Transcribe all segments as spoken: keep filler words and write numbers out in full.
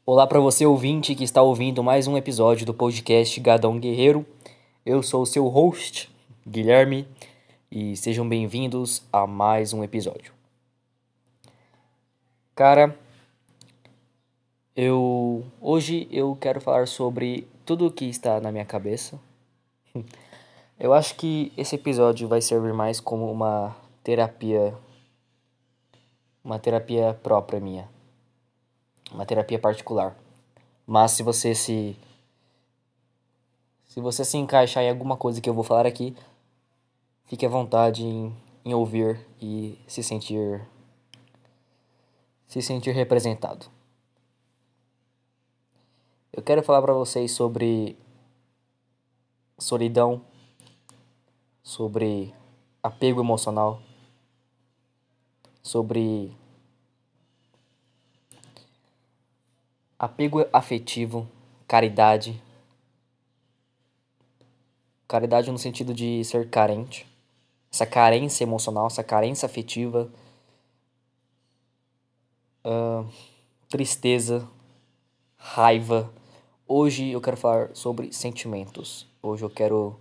Olá para você ouvinte que está ouvindo mais um episódio do podcast Gadão Guerreiro. Eu sou o seu host, Guilherme, e sejam bem-vindos a mais um episódio. Cara, eu hoje eu quero falar sobre tudo o que está na minha cabeça. Eu acho que esse episódio vai servir mais como uma terapia, uma terapia própria minha, uma terapia particular. Mas se você se se você se encaixar em alguma coisa que eu vou falar aqui, fique à vontade em, em ouvir e se sentir se sentir representado. Eu quero falar para vocês sobre solidão, sobre apego emocional, sobre apego afetivo, caridade, caridade no sentido de ser carente, essa carência emocional, essa carência afetiva, tristeza, raiva. Hoje eu quero falar sobre sentimentos. Hoje eu quero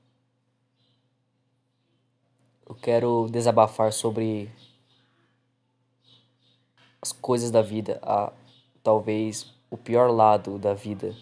eu quero desabafar sobre as coisas da vida, a talvez o pior lado da vida.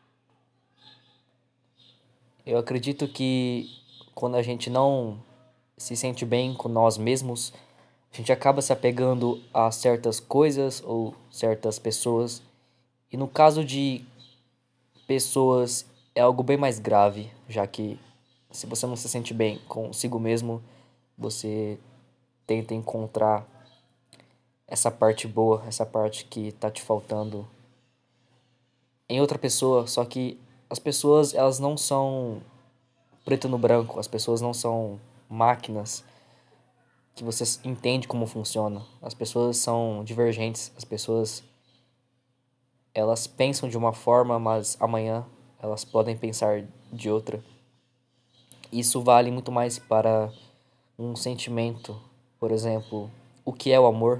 Eu acredito que quando a gente não se sente bem com nós mesmos, a gente acaba se apegando a certas coisas ou certas pessoas. E no caso de pessoas é algo bem mais grave, já que se você não se sente bem consigo mesmo, você tenta encontrar essa parte boa, essa parte que tá te faltando em outra pessoa, só que as pessoas, elas não são preto no branco, as pessoas não são máquinas que você entende como funciona. As pessoas são divergentes, as pessoas elas pensam de uma forma, mas amanhã elas podem pensar de outra. Isso vale muito mais para um sentimento, por exemplo, o que é o amor?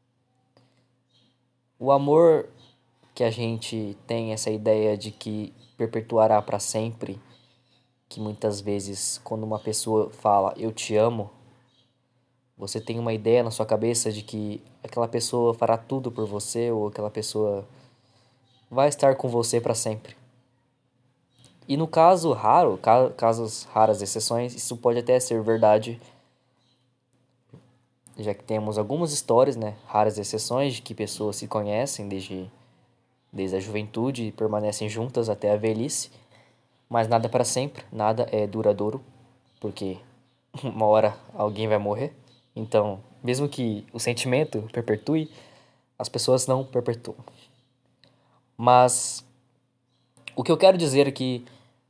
O amor que a gente tem essa ideia de que perpetuará para sempre, que muitas vezes quando uma pessoa fala eu te amo, você tem uma ideia na sua cabeça de que aquela pessoa fará tudo por você ou aquela pessoa vai estar com você para sempre. E no caso raro, ca- casos raras exceções, isso pode até ser verdade, já que temos algumas histórias, né, raras exceções de que pessoas se conhecem desde desde a juventude e permanecem juntas até a velhice, mas nada para sempre, nada é duradouro, porque uma hora alguém vai morrer. Então, mesmo que o sentimento perpetue, as pessoas não perpetuam. Mas o que eu quero dizer é que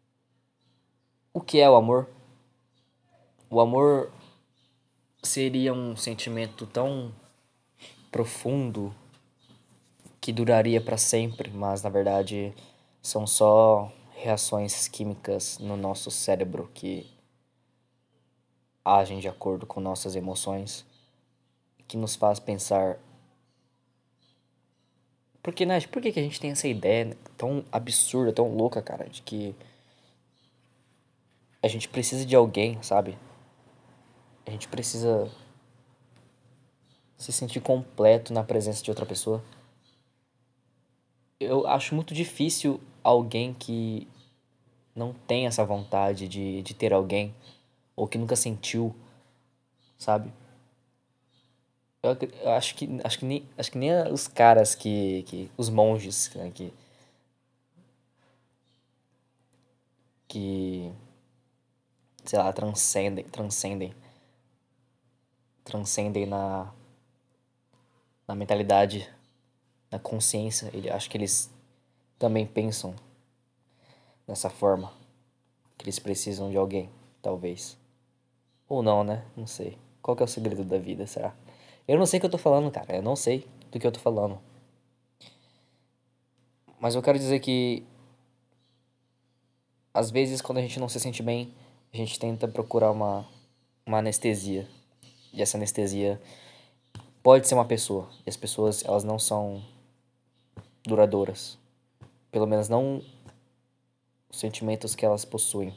o que é o amor? O amor seria um sentimento tão profundo que duraria para sempre, mas na verdade são só reações químicas no nosso cérebro que agem de acordo com nossas emoções, que nos faz pensar porque, né? Por que que a gente tem essa ideia né, tão absurda, tão louca, cara, de que a gente precisa de alguém, sabe? A gente precisa se sentir completo na presença de outra pessoa. Eu acho muito difícil alguém que não tem essa vontade de, de ter alguém, ou que nunca sentiu, sabe? Eu, ac- eu acho que, acho que nem, acho que nem os caras que, que os monges, né, que, que, sei lá, transcendem, transcendem, transcendem na, na mentalidade, na consciência. Ele, acho que eles também pensam dessa forma, que eles precisam de alguém, talvez. Ou não, né? Não sei. Qual que é o segredo da vida, será? Eu não sei o que eu tô falando, cara. Eu não sei do que eu tô falando. Mas eu quero dizer que, às vezes, quando a gente não se sente bem, a gente tenta procurar uma, uma anestesia. E essa anestesia pode ser uma pessoa. E as pessoas, elas não são duradouras. Pelo menos não os sentimentos que elas possuem.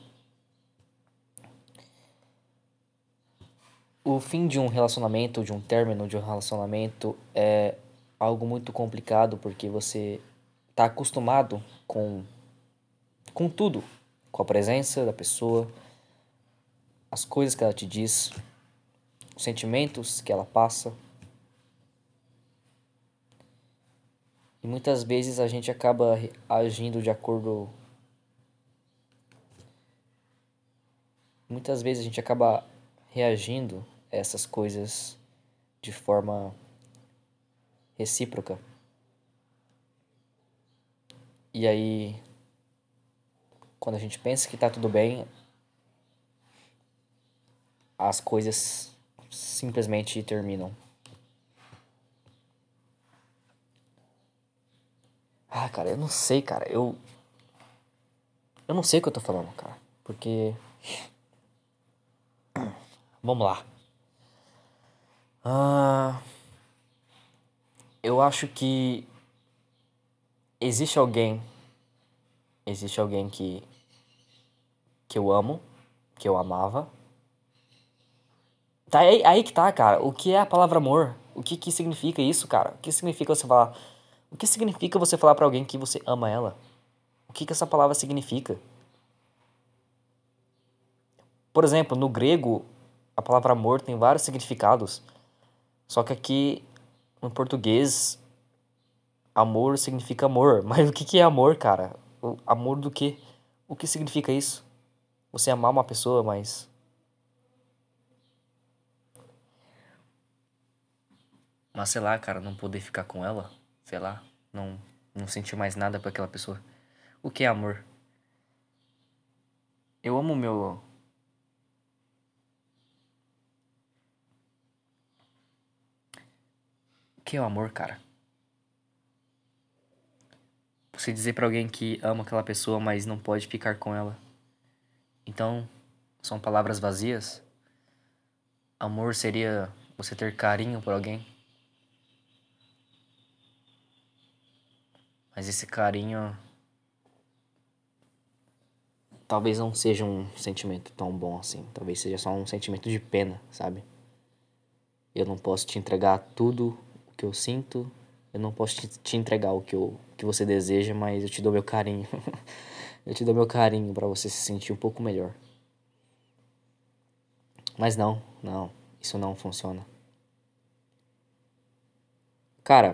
O fim de um relacionamento, de um término de um relacionamento é algo muito complicado porque você tá acostumado com com tudo, com a presença da pessoa, as coisas que ela te diz, os sentimentos que ela passa. E muitas vezes a gente acaba re- agindo de acordo. Muitas vezes a gente acaba reagindo a essas coisas de forma recíproca. E aí, quando a gente pensa que tá tudo bem, as coisas simplesmente terminam. Ah, cara, eu não sei, cara. Eu. Eu não sei o que eu tô falando, cara. Porque. Vamos lá. Ah, eu acho que existe alguém. Existe alguém que. Que eu amo. Que eu amava. Tá aí, aí que tá, cara. O que é a palavra amor? O que que significa isso, cara? O que significa você falar. O que significa você falar pra alguém que você ama ela? O que que essa palavra significa? Por exemplo, no grego, a palavra amor tem vários significados. Só que aqui, no português, amor significa amor. Mas o que que é amor, cara? O amor do quê? O que significa isso? Você amar uma pessoa, mas. Mas sei lá, cara, não poder ficar com ela. Sei lá. Não, não sentir mais nada por aquela pessoa. O que é amor? Eu amo meu. O que é o amor, cara? Você dizer pra alguém que ama aquela pessoa, mas não pode ficar com ela. Então, são palavras vazias? Amor seria você ter carinho por alguém, mas esse carinho talvez não seja um sentimento tão bom assim. Talvez seja só um sentimento de pena, sabe? Eu não posso te entregar tudo o que eu sinto, eu não posso te, te entregar o que, eu, o que você deseja, mas eu te dou meu carinho. Eu te dou meu carinho pra você se sentir um pouco melhor. Mas não, não, isso não funciona. Cara,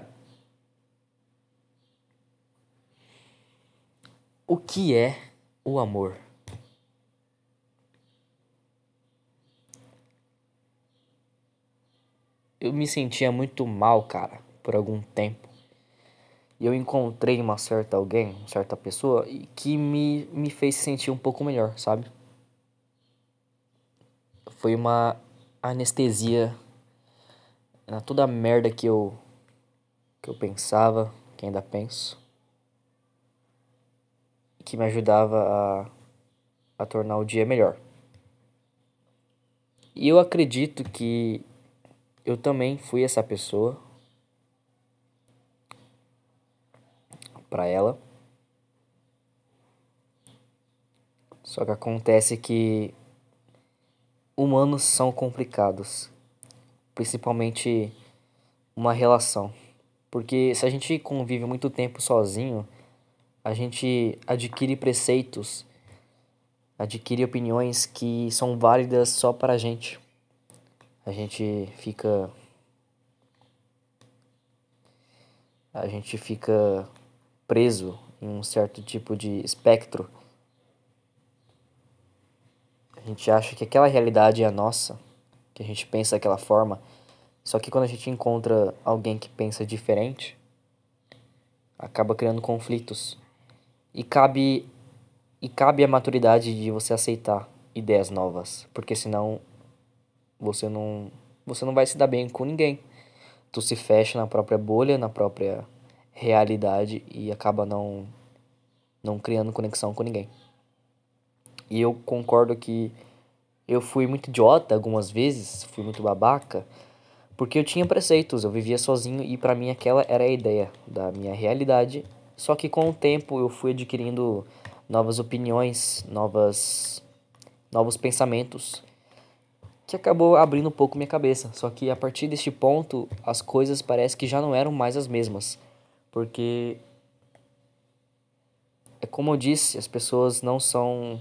o que é o amor? Eu me sentia muito mal, cara, por algum tempo. E eu encontrei uma certa alguém, uma certa pessoa, e que me, me fez sentir um pouco melhor, sabe? Foi uma anestesia na toda a merda que eu, que eu pensava, que ainda penso, e que me ajudava a, a tornar o dia melhor. E eu acredito que eu também fui essa pessoa pra ela. Só que acontece que humanos são complicados, principalmente uma relação. Porque se a gente convive muito tempo sozinho, a gente adquire preceitos, adquire opiniões que são válidas só pra gente. A gente fica. A gente fica preso em um certo tipo de espectro. A gente acha que aquela realidade é a nossa, que a gente pensa daquela forma. Só que quando a gente encontra alguém que pensa diferente, acaba criando conflitos. E cabe e cabe a maturidade de você aceitar ideias novas, porque senão você não você não vai se dar bem com ninguém. Tu se fecha na própria bolha, na própria realidade e acaba não não criando conexão com ninguém. E eu concordo que eu fui muito idiota algumas vezes, fui muito babaca, Porque eu tinha preceitos, eu vivia sozinho e pra mim aquela era a ideia da minha realidade. Só que com o tempo eu fui adquirindo novas opiniões, novas, novos pensamentos, que acabou abrindo um pouco minha cabeça. Só que a partir deste ponto, as coisas parece que já não eram mais as mesmas. Porque é como eu disse, as pessoas não são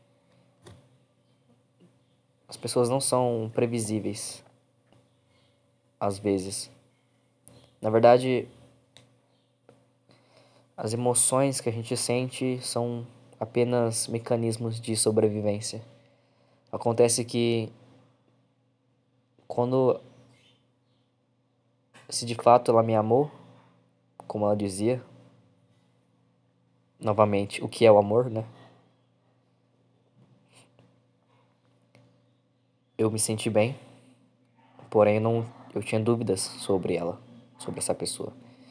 as pessoas não são previsíveis às vezes. Na verdade, as emoções que a gente sente são apenas mecanismos de sobrevivência. Acontece que quando, se de fato ela me amou, como ela dizia, novamente, o que é o amor, né? Eu me senti bem, porém não, eu tinha dúvidas sobre ela, sobre essa pessoa.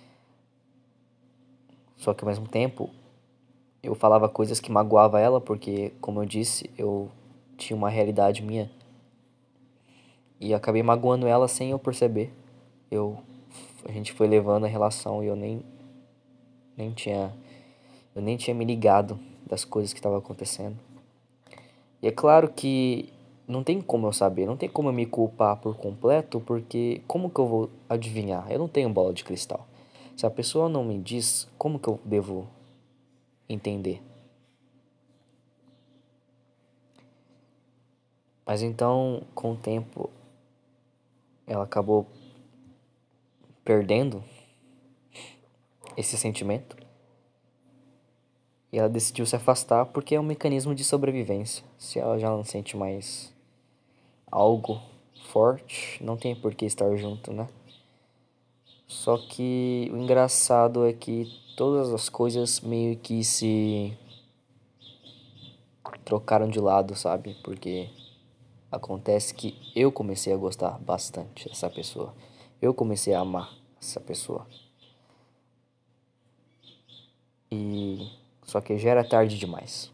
Só que ao mesmo tempo, eu falava coisas que magoava ela, porque, como eu disse, eu tinha uma realidade minha e acabei magoando ela sem eu perceber. Eu a gente foi levando a relação e eu nem nem tinha eu nem tinha me ligado das coisas que estavam acontecendo. E é claro que não tem como eu saber, não tem como eu me culpar por completo, porque como que eu vou adivinhar? Eu não tenho bola de cristal. Se a pessoa não me diz, como que eu devo entender? Mas então, com o tempo, ela acabou perdendo esse sentimento e ela decidiu se afastar porque é um mecanismo de sobrevivência. Se ela já não sente mais algo forte, não tem por que estar junto, né? Só que o engraçado é que todas as coisas meio que se trocaram de lado, sabe? Porque acontece que eu comecei a gostar bastante dessa pessoa. Eu comecei a amar essa pessoa. E só que já era tarde demais.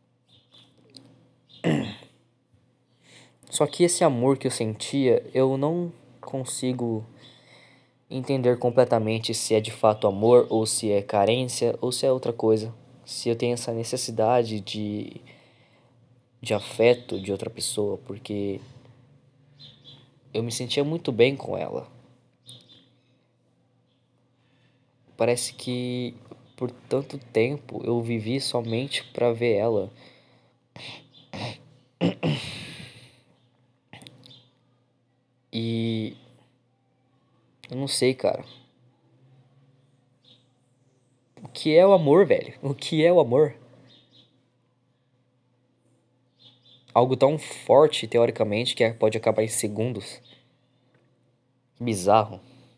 Só que esse amor que eu sentia, eu não consigo entender completamente se é de fato amor ou se é carência ou se é outra coisa. Se eu tenho essa necessidade de de afeto de outra pessoa, porque eu me sentia muito bem com ela. Parece que por tanto tempo eu vivi somente para ver ela. E eu não sei, cara. O que é o amor, velho? O que é o amor? Algo tão forte, teoricamente, que pode acabar em segundos. Que bizarro.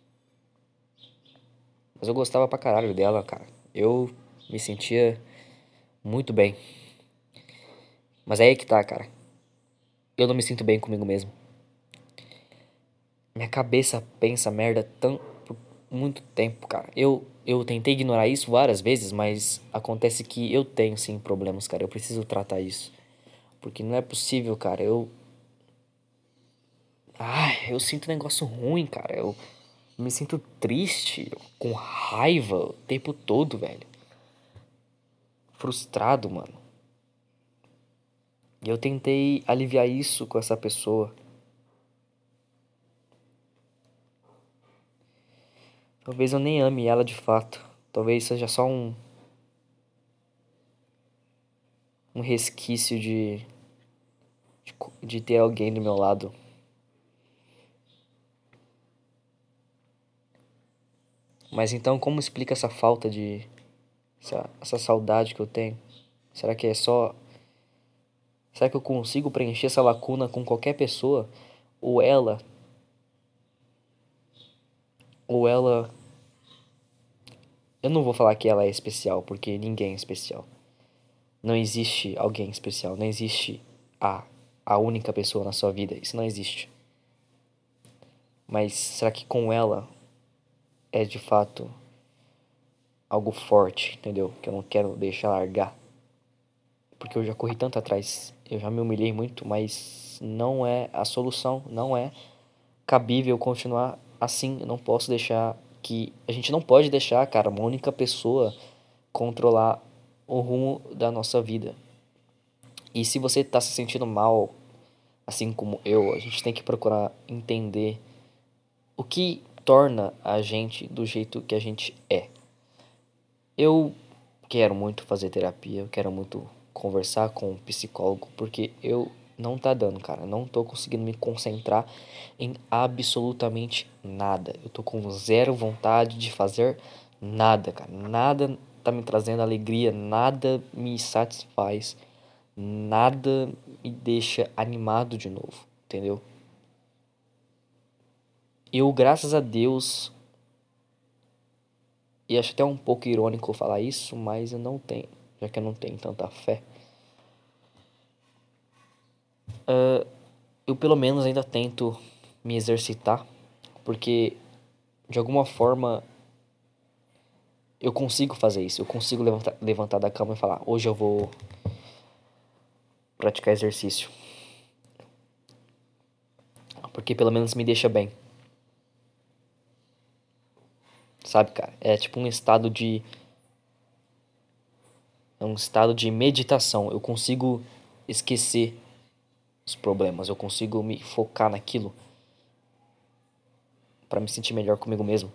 Mas eu gostava pra caralho dela, cara. Eu me sentia muito bem. Mas é aí que tá, cara. Eu não me sinto bem comigo mesmo. Minha cabeça pensa merda tão por muito tempo, cara. Eu eu tentei ignorar isso várias vezes, mas acontece que eu tenho sim problemas, cara. Eu preciso tratar isso. Porque não é possível, cara. Eu ai, eu sinto um negócio ruim, cara. Eu me sinto triste, com raiva o tempo todo, velho. Frustrado, mano. E eu tentei aliviar isso com essa pessoa. Talvez eu nem ame ela de fato. Talvez seja só um, um resquício de, de, de ter alguém do meu lado. Mas então, como explica essa falta de. Essa, essa saudade que eu tenho? Será que é só. Será que eu consigo preencher essa lacuna com qualquer pessoa? Ou ela. Ou ela. Eu não vou falar que ela é especial, porque ninguém é especial. Não existe alguém especial. Não existe a, a única pessoa na sua vida. Isso não existe. Mas será que com ela é de fato algo forte, entendeu? Que eu não quero deixar largar. Porque eu já corri tanto atrás. Eu já me humilhei muito, mas não é a solução. Não é. cabível continuar assim. Eu não posso deixar que. A gente não pode deixar, cara, uma única pessoa controlar o rumo da nossa vida. E se você tá se sentindo mal, assim como eu, a gente tem que procurar entender o que torna a gente do jeito que a gente é. Eu quero muito fazer terapia, eu quero muito conversar com um psicólogo, porque eu não tá dando, cara. Não tô conseguindo me concentrar em absolutamente nada. Eu tô com zero vontade de fazer nada, cara. Nada tá me trazendo alegria, nada me satisfaz, nada me deixa animado de novo, entendeu? Eu, graças a Deus, e acho até um pouco irônico falar isso, mas eu não tenho, já que eu não tenho tanta fé. Eu pelo menos ainda tento me exercitar, porque de alguma forma eu consigo fazer isso. Eu consigo levantar, levantar da cama e falar: hoje eu vou praticar exercício, porque pelo menos me deixa bem, sabe, cara? É tipo um estado de é um estado de meditação. Eu consigo esquecer os problemas, eu consigo me focar naquilo pra me sentir melhor comigo mesmo.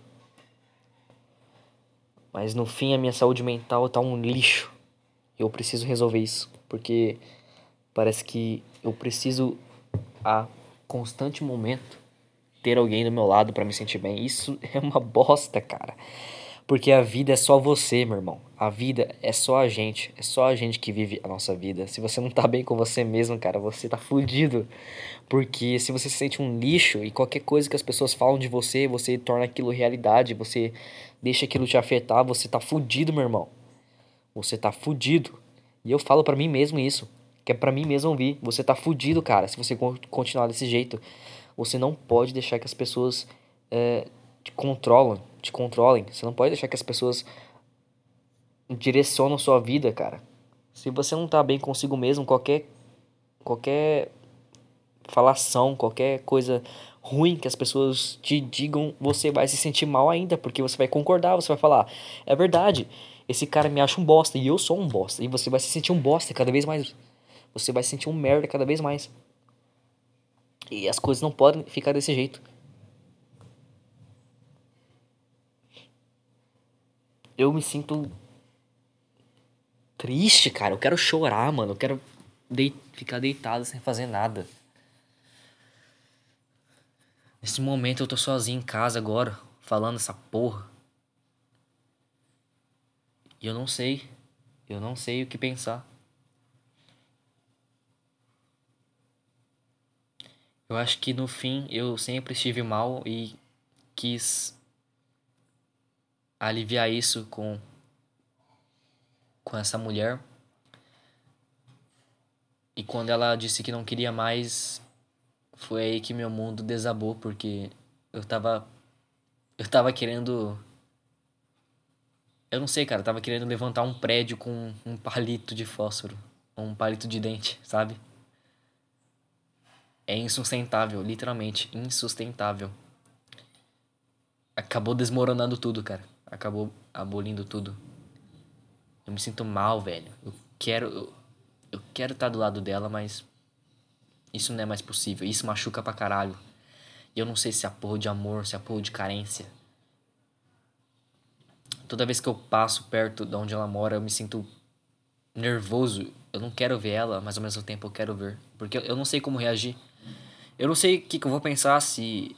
Mas no fim a minha saúde mental tá um lixo. Eu preciso resolver isso, porque parece que eu preciso a constante momento ter alguém do meu lado pra me sentir bem. Isso é uma bosta, cara. Porque a vida é só você, meu irmão. A vida é só a gente. É só a gente que vive a nossa vida. Se você não tá bem com você mesmo, cara, você tá fudido. Porque se você se sente um lixo e qualquer coisa que as pessoas falam de você, você torna aquilo realidade, você deixa aquilo te afetar, você tá fudido, meu irmão. Você tá fudido. E eu falo pra mim mesmo isso. Que é pra mim mesmo ouvir. Você tá fudido, cara, se você continuar desse jeito. Você não pode deixar que as pessoas é, te controlam, te controlem. Você não pode deixar que as pessoas direcionam sua vida, cara. Se você não tá bem consigo mesmo, qualquer qualquer falação, qualquer coisa ruim que as pessoas te digam, você vai se sentir mal ainda, porque você vai concordar, você vai falar: "É verdade. Esse cara me acha um bosta e eu sou um bosta". E você vai se sentir um bosta cada vez mais. Você vai se sentir um merda cada vez mais. E as coisas não podem ficar desse jeito. Eu me sinto triste, cara. Eu quero chorar, mano. Eu quero dei- ficar deitado sem fazer nada. Nesse momento eu tô sozinho em casa agora, falando essa porra. E eu não sei. Eu não sei o que pensar. Eu acho que no fim eu sempre estive mal e quis aliviar isso com, com essa mulher. E quando ela disse que não queria mais, foi aí que meu mundo desabou, porque eu tava. Eu tava querendo. Eu não sei, cara, eu tava querendo levantar um prédio com um palito de fósforo. Um palito de dente, sabe? É insustentável, literalmente insustentável. Acabou desmoronando tudo, cara. Acabou abolindo tudo. Eu me sinto mal, velho. Eu quero. Eu, eu quero estar do lado dela, mas isso não é mais possível. Isso machuca pra caralho. E eu não sei se é porra de amor, se é porra de carência. Toda vez que eu passo perto de onde ela mora, eu me sinto nervoso. Eu não quero ver ela, mas ao mesmo tempo eu quero ver. Porque eu não sei como reagir. Eu não sei o que, que eu vou pensar se.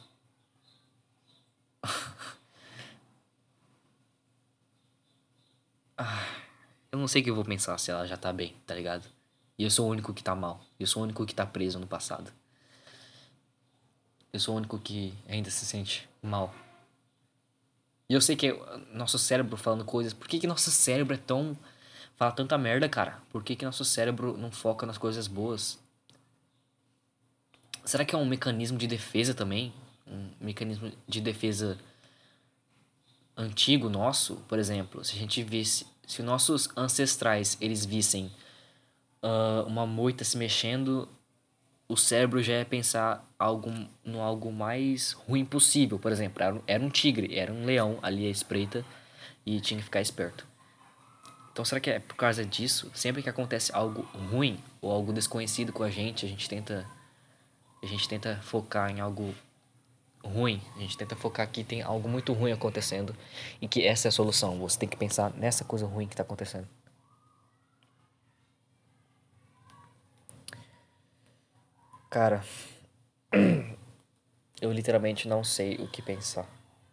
Eu não sei o que eu vou pensar se ela já tá bem, tá ligado? E eu sou o único que tá mal. Eu sou o único que tá preso no passado. Eu sou o único que ainda se sente mal. E eu sei que é nosso cérebro falando coisas. Por que que nosso cérebro é tão. Fala tanta merda, cara? Por que que nosso cérebro não foca nas coisas boas? Será que é um mecanismo de defesa também? Um mecanismo de defesa antigo nosso? Por exemplo, se a gente visse. Se nossos ancestrais eles vissem ah, uma moita se mexendo, o cérebro já ia pensar algo, no algo mais ruim possível. Por exemplo, era, um- era um tigre, era um leão ali à espreita e tinha que ficar esperto. Então será que é por causa disso? Sempre que acontece algo ruim ou algo desconhecido com a gente, a gente tenta, a gente tenta focar em algo ruim. A gente tenta focar que tem algo muito ruim acontecendo e que essa é a solução. Você tem que pensar nessa coisa ruim que está acontecendo. Cara, eu literalmente não sei o que pensar.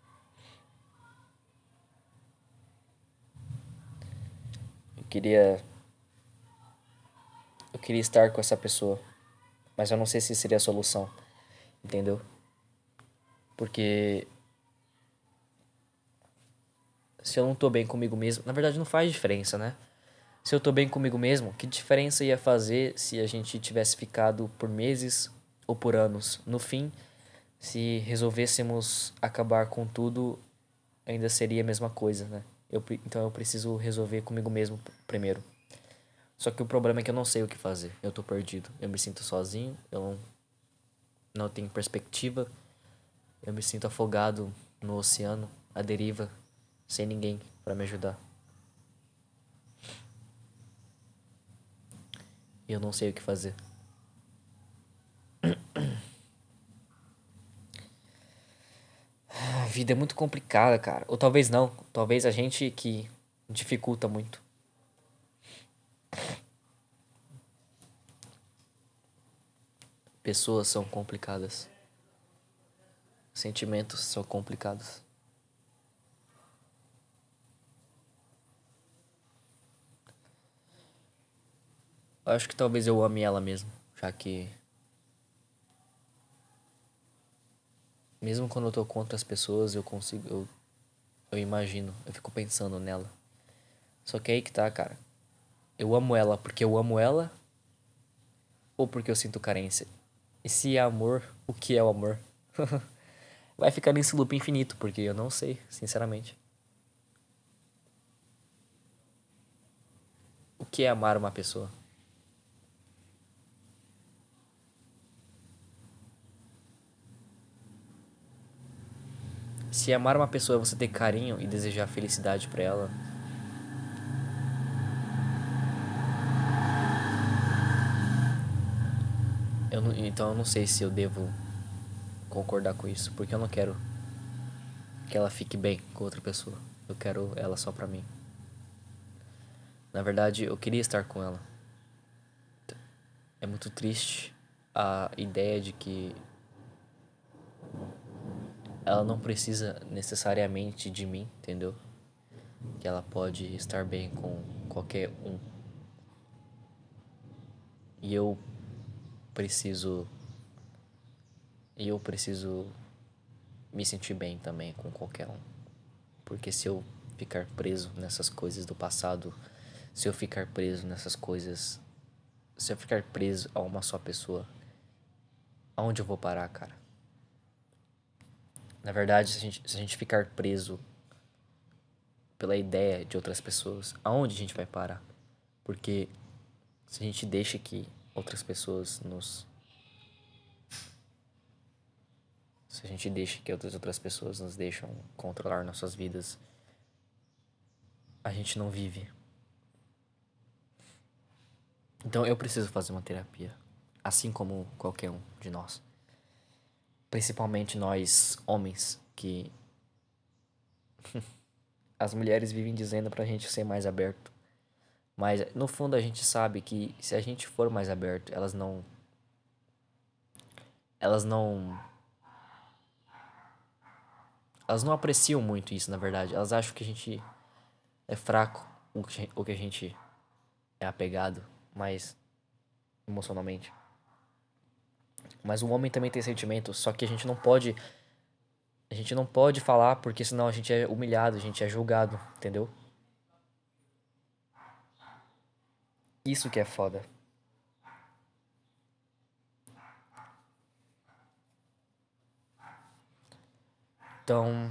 Eu queria, eu queria estar com essa pessoa, mas eu não sei se seria a solução, entendeu? Porque se eu não tô bem comigo mesmo, na verdade não faz diferença, né? Se eu tô bem comigo mesmo, que diferença ia fazer se a gente tivesse ficado por meses ou por anos? No fim, se resolvêssemos acabar com tudo, ainda seria a mesma coisa, né? Eu, então eu preciso resolver comigo mesmo primeiro. Só que o problema é que eu não sei o que fazer. Eu tô perdido. Eu me sinto sozinho, eu não, não tenho perspectiva. Eu me sinto afogado no oceano, à deriva, sem ninguém para me ajudar. E eu não sei o que fazer. A vida é muito complicada, cara. Ou talvez não. Talvez a gente que dificulta muito. Pessoas são complicadas. Sentimentos são complicados. Eu acho que talvez eu ame ela mesmo. Já que, mesmo quando eu tô contra as pessoas, eu consigo. Eu, eu imagino. Eu fico pensando nela. Só que aí que tá, cara. Eu amo ela porque eu amo ela ou porque eu sinto carência? E se é amor, o que é o amor? Vai ficar nesse loop infinito, porque eu não sei, sinceramente. O que é amar uma pessoa? Se amar uma pessoa é você ter carinho e desejar felicidade pra ela, eu não, então eu não sei se eu devo concordar com isso, porque eu não quero que ela fique bem com outra pessoa. Eu quero ela só pra mim. Na verdade, eu queria estar com ela. É muito triste a ideia de que ela não precisa necessariamente de mim, entendeu? Que ela pode estar bem com qualquer um. E eu preciso. E eu preciso me sentir bem também com qualquer um. Porque se eu ficar preso nessas coisas do passado, se eu ficar preso nessas coisas, se eu ficar preso a uma só pessoa, aonde eu vou parar, cara? Na verdade, se a gente, se a gente ficar preso pela ideia de outras pessoas, aonde a gente vai parar? Porque se a gente deixa que outras pessoas nos. Se a gente deixa que outras outras pessoas nos deixam controlar nossas vidas, a gente não vive. Então eu preciso fazer uma terapia, assim como qualquer um de nós. Principalmente nós homens, que as mulheres vivem dizendo pra gente ser mais aberto. Mas no fundo a gente sabe que se a gente for mais aberto, elas não. Elas não. Elas não apreciam muito isso, na verdade. Elas acham que a gente é fraco, ou que a gente é apegado, mais emocionalmente. Mas o homem também tem sentimentos, só que a gente não pode. A gente não pode falar porque senão a gente é humilhado, a gente é julgado, entendeu? Isso que é foda. Então,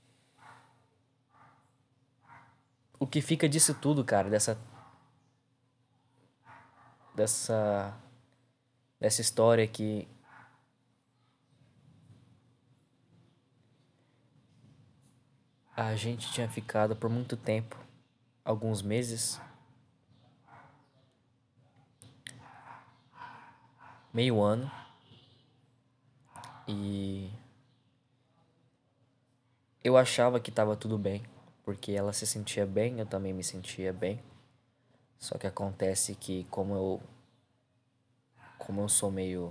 o que fica disso tudo, cara, dessa dessa dessa história que a gente tinha ficado por muito tempo, alguns meses, meio ano, e eu achava que tava tudo bem, porque ela se sentia bem, eu também me sentia bem. Só que acontece que como eu como eu sou meio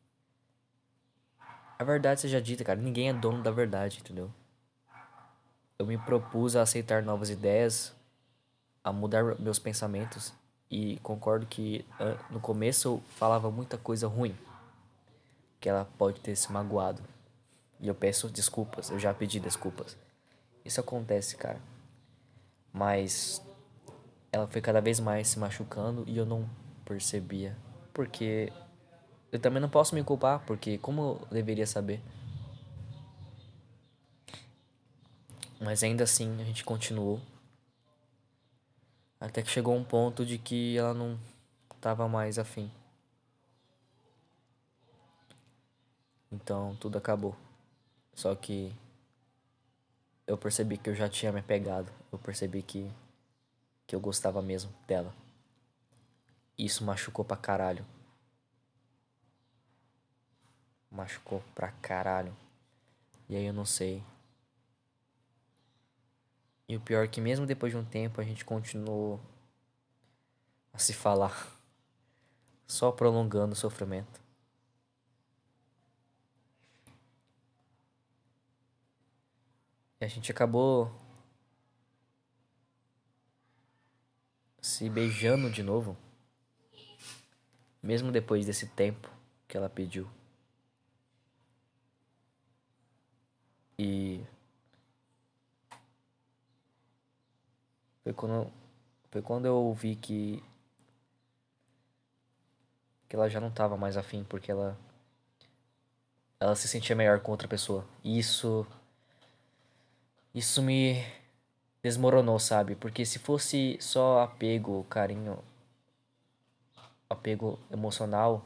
a verdade seja dita, cara, ninguém é dono da verdade, entendeu? Eu me propus a aceitar novas ideias, a mudar meus pensamentos e concordo que ah, no começo eu falava muita coisa ruim, que ela pode ter se magoado. E eu peço desculpas, eu já pedi desculpas. Isso acontece, cara. Mas ela foi cada vez mais se machucando e eu não percebia. Porque eu também não posso me culpar, porque como eu deveria saber? Mas ainda assim a gente continuou. Até que chegou um ponto de que ela não tava mais afim. Então tudo acabou. Só que eu percebi que eu já tinha me apegado. Eu percebi que, que eu gostava mesmo dela. E isso machucou pra caralho. Machucou pra caralho. E aí eu não sei. E o pior é que mesmo depois de um tempo a gente continuou a se falar. Só prolongando o sofrimento. E a gente acabou se beijando de novo. Mesmo depois desse tempo que ela pediu. E foi quando, foi quando eu vi que, que ela já não tava mais afim, porque ela, ela se sentia melhor com outra pessoa. E isso, isso me desmoronou, sabe? Porque se fosse só apego, carinho, apego emocional,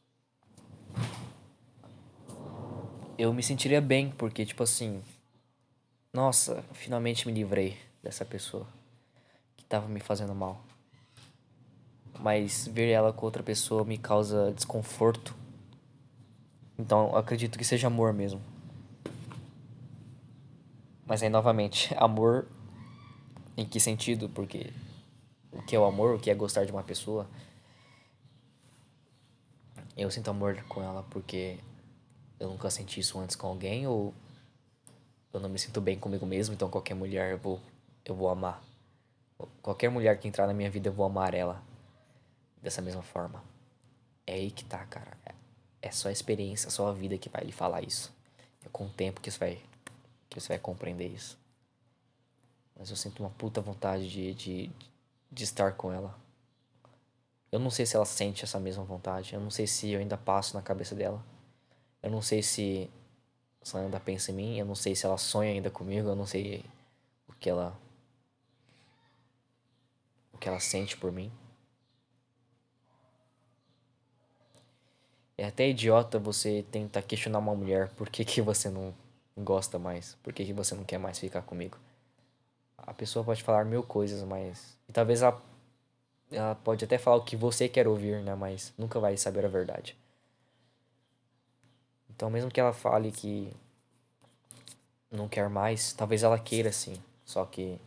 eu me sentiria bem, porque, tipo assim, nossa, finalmente me livrei dessa pessoa que tava me fazendo mal. Mas ver ela com outra pessoa me causa desconforto. Então, eu acredito que seja amor mesmo. Mas aí, novamente, amor em que sentido? Porque o que é o amor, o que é gostar de uma pessoa? Eu sinto amor com ela porque eu nunca senti isso antes com alguém ou eu não me sinto bem comigo mesmo, então qualquer mulher eu vou, eu vou amar. Qualquer mulher que entrar na minha vida eu vou amar ela dessa mesma forma. É aí que tá, cara. É só a experiência, só a vida que vai lhe falar isso. É com o tempo que você vai, que você vai compreender isso. Mas eu sinto uma puta vontade de, de, de estar com ela. Eu não sei se ela sente essa mesma vontade. Eu não sei se eu ainda passo na cabeça dela. Eu não sei se se ela ainda pensa em mim. Eu não sei se ela sonha ainda comigo. Eu não sei o que ela, o que ela sente por mim. É até idiota você tentar questionar uma mulher por que, que você não gosta mais. Por que, que você não quer mais ficar comigo. A pessoa pode falar mil coisas, mas... E talvez ela, ela pode até falar o que você quer ouvir, né? Mas nunca vai saber a verdade. Então mesmo que ela fale que não quer mais, talvez ela queira sim. Só que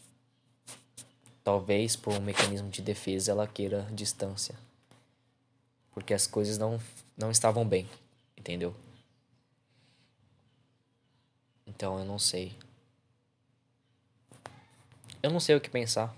talvez por um mecanismo de defesa ela queira distância. Porque as coisas não, não estavam bem, entendeu? Então eu não sei. Eu não sei o que pensar.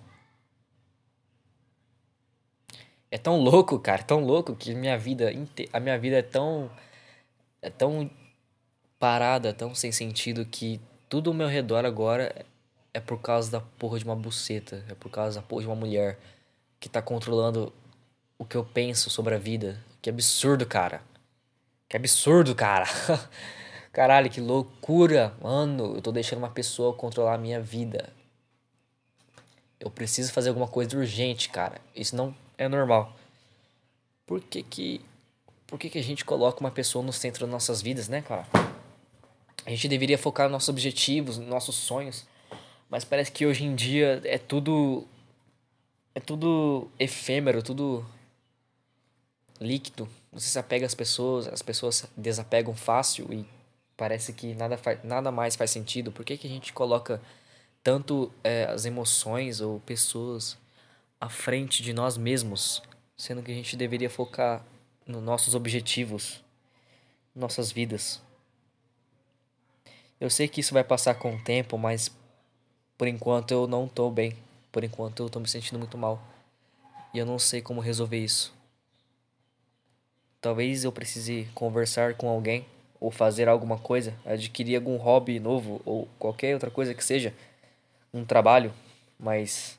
É tão louco, cara, tão louco que minha vida, inte... a minha vida é tão é tão parada, tão sem sentido que tudo ao meu redor agora é por causa da porra de uma buceta, é por causa da porra de uma mulher que tá controlando o que eu penso sobre a vida. Que absurdo, cara. Que absurdo, cara. Caralho, que loucura. Mano, eu tô deixando uma pessoa controlar a minha vida. Eu preciso fazer alguma coisa urgente, cara. Isso não é normal. Por que que... por que que a gente coloca uma pessoa no centro das nossas vidas, né, cara? A gente deveria focar nos nossos objetivos, nos nossos sonhos, mas parece que hoje em dia é tudo é tudo efêmero, tudo líquido. Você se apega às pessoas, as pessoas desapegam fácil e parece que nada, faz, nada mais faz sentido. Por que que a gente coloca tanto é, as emoções ou pessoas à frente de nós mesmos, sendo que a gente deveria focar nos nossos objetivos, nossas vidas? Eu sei que isso vai passar com o tempo, mas por enquanto eu não tô bem. Por enquanto eu tô me sentindo muito mal. E eu não sei como resolver isso. Talvez eu precise conversar com alguém ou fazer alguma coisa, adquirir algum hobby novo ou qualquer outra coisa que seja, um trabalho, mas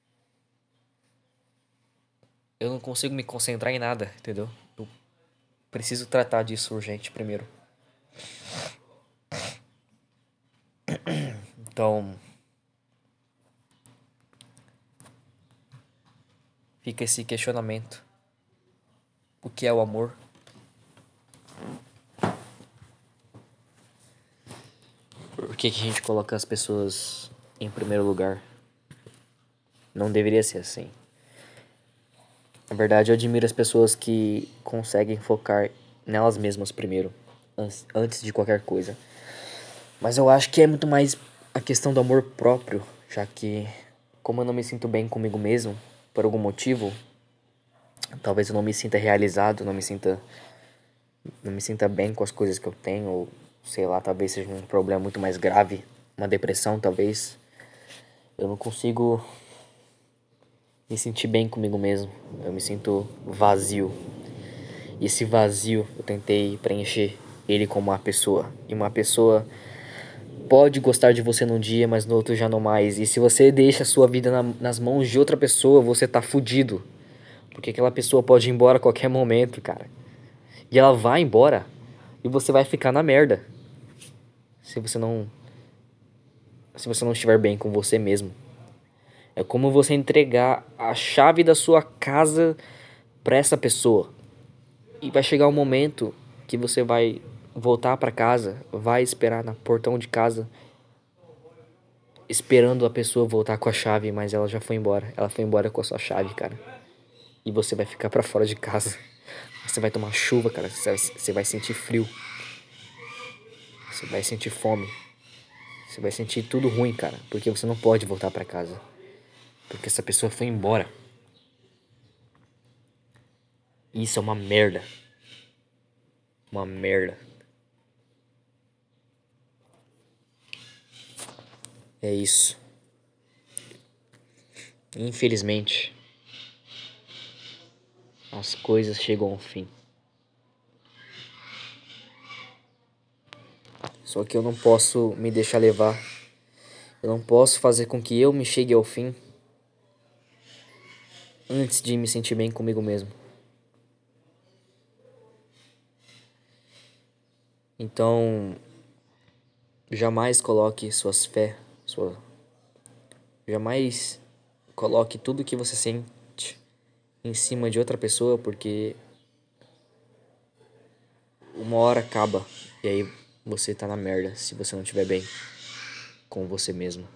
eu não consigo me concentrar em nada, entendeu? Eu preciso tratar disso urgente primeiro. Então, fica esse questionamento. O que é o amor? Por que que a gente coloca as pessoas em primeiro lugar? Não deveria ser assim. Na verdade, eu admiro as pessoas que conseguem focar nelas mesmas primeiro, antes de qualquer coisa. Mas eu acho que é muito mais a questão do amor próprio, já que, como eu não me sinto bem comigo mesmo, por algum motivo, talvez eu não me sinta realizado, não me sinta, não me sinta bem com as coisas que eu tenho, ou sei lá, talvez seja um problema muito mais grave, uma depressão, talvez. Eu não consigo me sentir bem comigo mesmo. Eu me sinto vazio. E esse vazio eu tentei preencher ele com uma pessoa. E uma pessoa pode gostar de você num dia, mas no outro já não mais. E se você deixa a sua vida na, nas mãos de outra pessoa, você tá fudido. Porque aquela pessoa pode ir embora a qualquer momento, cara. E ela vai embora. E você vai ficar na merda. Se você não. Se você não estiver bem com você mesmo. É como você entregar a chave da sua casa pra essa pessoa. E vai chegar um momento que você vai voltar pra casa, vai esperar no portão de casa, esperando a pessoa voltar com a chave, mas ela já foi embora. Ela foi embora com a sua chave, cara. E você vai ficar pra fora de casa. Você vai tomar chuva, cara. Você vai sentir frio. Você vai sentir fome. Você vai sentir tudo ruim, cara. Porque você não pode voltar pra casa. Porque essa pessoa foi embora. E isso é uma merda. Uma merda. É isso. Infelizmente, as coisas chegam ao fim. Só que eu não posso me deixar levar. Eu não posso fazer com que eu me chegue ao fim antes de me sentir bem comigo mesmo. Então, jamais coloque suas fé, sua, jamais coloque tudo que você sente em cima de outra pessoa, porque uma hora acaba e aí você tá na merda se você não estiver bem com você mesmo.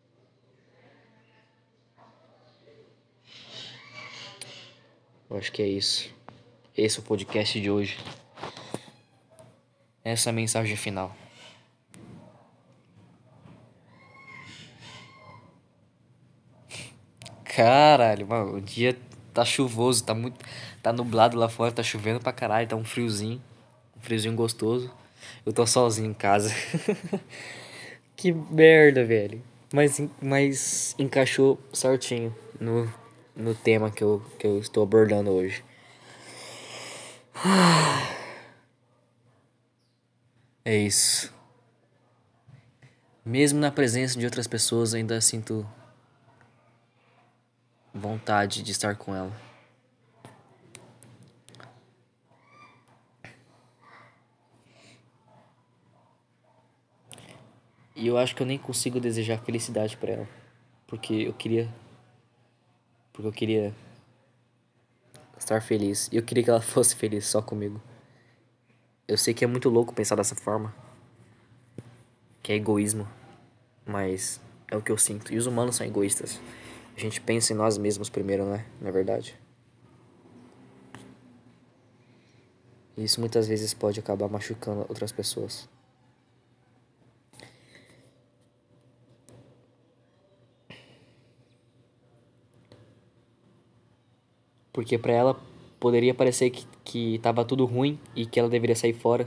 Eu acho que é isso. Esse é o podcast de hoje. Essa é a mensagem final. Caralho, mano, o dia tá chuvoso, tá muito. Tá nublado lá fora, tá chovendo pra caralho, tá um friozinho. Um friozinho gostoso. Eu tô sozinho em casa. Que merda, velho. Mas, mas encaixou certinho no, no tema que eu, que eu estou abordando hoje. É isso. Mesmo na presença de outras pessoas, ainda sinto vontade de estar com ela. E eu acho que eu nem consigo desejar felicidade pra ela. Porque eu queria. Porque eu queria estar feliz. E eu queria que ela fosse feliz só comigo. Eu sei que é muito louco pensar dessa forma, que é egoísmo, mas é o que eu sinto. E os humanos são egoístas. A gente pensa em nós mesmos primeiro, né? Não é verdade? E isso muitas vezes pode acabar machucando outras pessoas. Porque pra ela poderia parecer que, que tava tudo ruim e que ela deveria sair fora.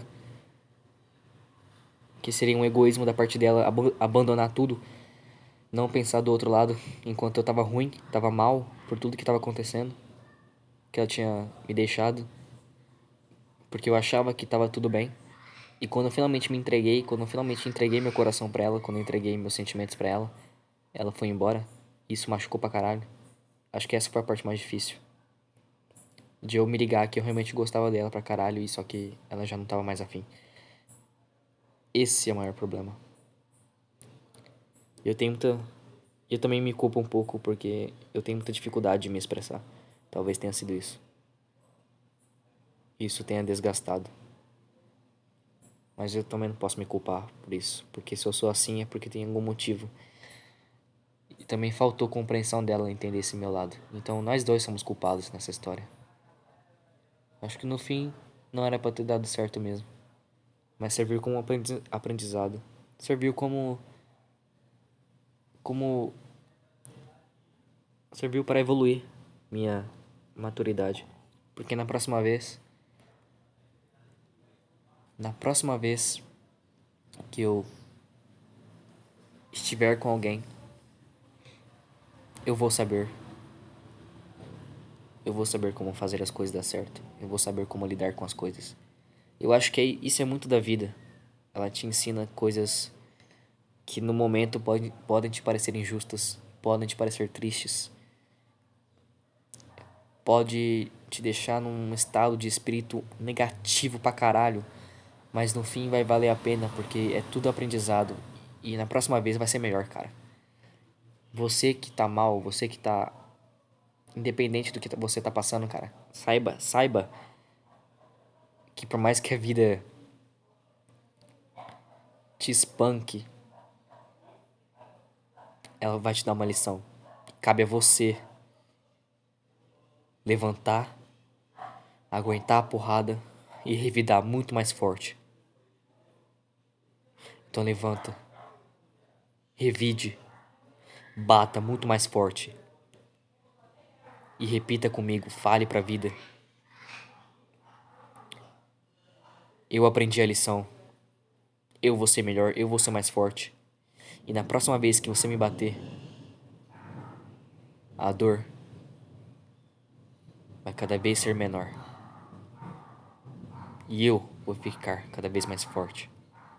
Que seria um egoísmo da parte dela ab abandonar tudo, não pensar do outro lado, enquanto eu tava ruim, tava mal por tudo que tava acontecendo, que ela tinha me deixado, porque eu achava que tava tudo bem. E quando eu finalmente me entreguei, quando eu finalmente entreguei meu coração pra ela, quando eu entreguei meus sentimentos pra ela, ela foi embora. Isso machucou pra caralho. Acho que essa foi a parte mais difícil. De eu me ligar que eu realmente gostava dela pra caralho, e só que ela já não tava mais afim. Esse é o maior problema. Eu tenho muita. Eu também me culpo um pouco porque eu tenho muita dificuldade de me expressar. Talvez tenha sido isso. Isso tenha desgastado. Mas eu também não posso me culpar por isso. Porque se eu sou assim é porque tem algum motivo. E também faltou compreensão dela entender esse meu lado. Então nós dois somos culpados nessa história. Acho que no fim não era pra ter dado certo mesmo. Mas serviu como aprendizado. Serviu como. Como. Serviu para evoluir minha maturidade. Porque na próxima vez. Na próxima vez que eu estiver com alguém, eu vou saber. Eu vou saber como fazer as coisas dar certo. Eu vou saber como lidar com as coisas. Eu acho que isso é muito da vida. Ela te ensina coisas que no momento pode, podem te parecer injustas, podem te parecer tristes, pode te deixar num estado de espírito negativo pra caralho, mas no fim vai valer a pena porque é tudo aprendizado e na próxima vez vai ser melhor, cara. Você que tá mal, você que tá independente do que você tá passando, cara, saiba, saiba que por mais que a vida te espanque, ela vai te dar uma lição. Cabe a você levantar, aguentar a porrada e revidar muito mais forte. Então levanta, revide, bata muito mais forte e repita comigo, fale pra vida. Eu aprendi a lição. Eu vou ser melhor, eu vou ser mais forte. E na próxima vez que você me bater, a dor vai cada vez ser menor. E eu vou ficar cada vez mais forte.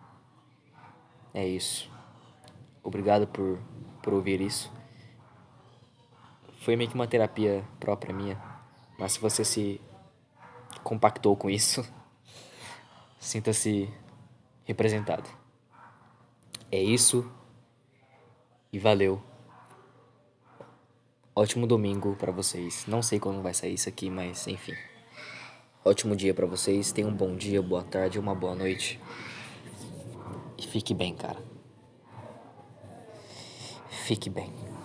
É isso. Obrigado por, por ouvir isso. Foi meio que uma terapia própria minha. Mas se você se compactou com isso, sinta-se representado. É isso e valeu. Ótimo domingo pra vocês. Não sei quando vai sair isso aqui, mas enfim. Ótimo dia pra vocês. Tenham um bom dia, boa tarde, uma boa noite. E fique bem, cara. Fique bem.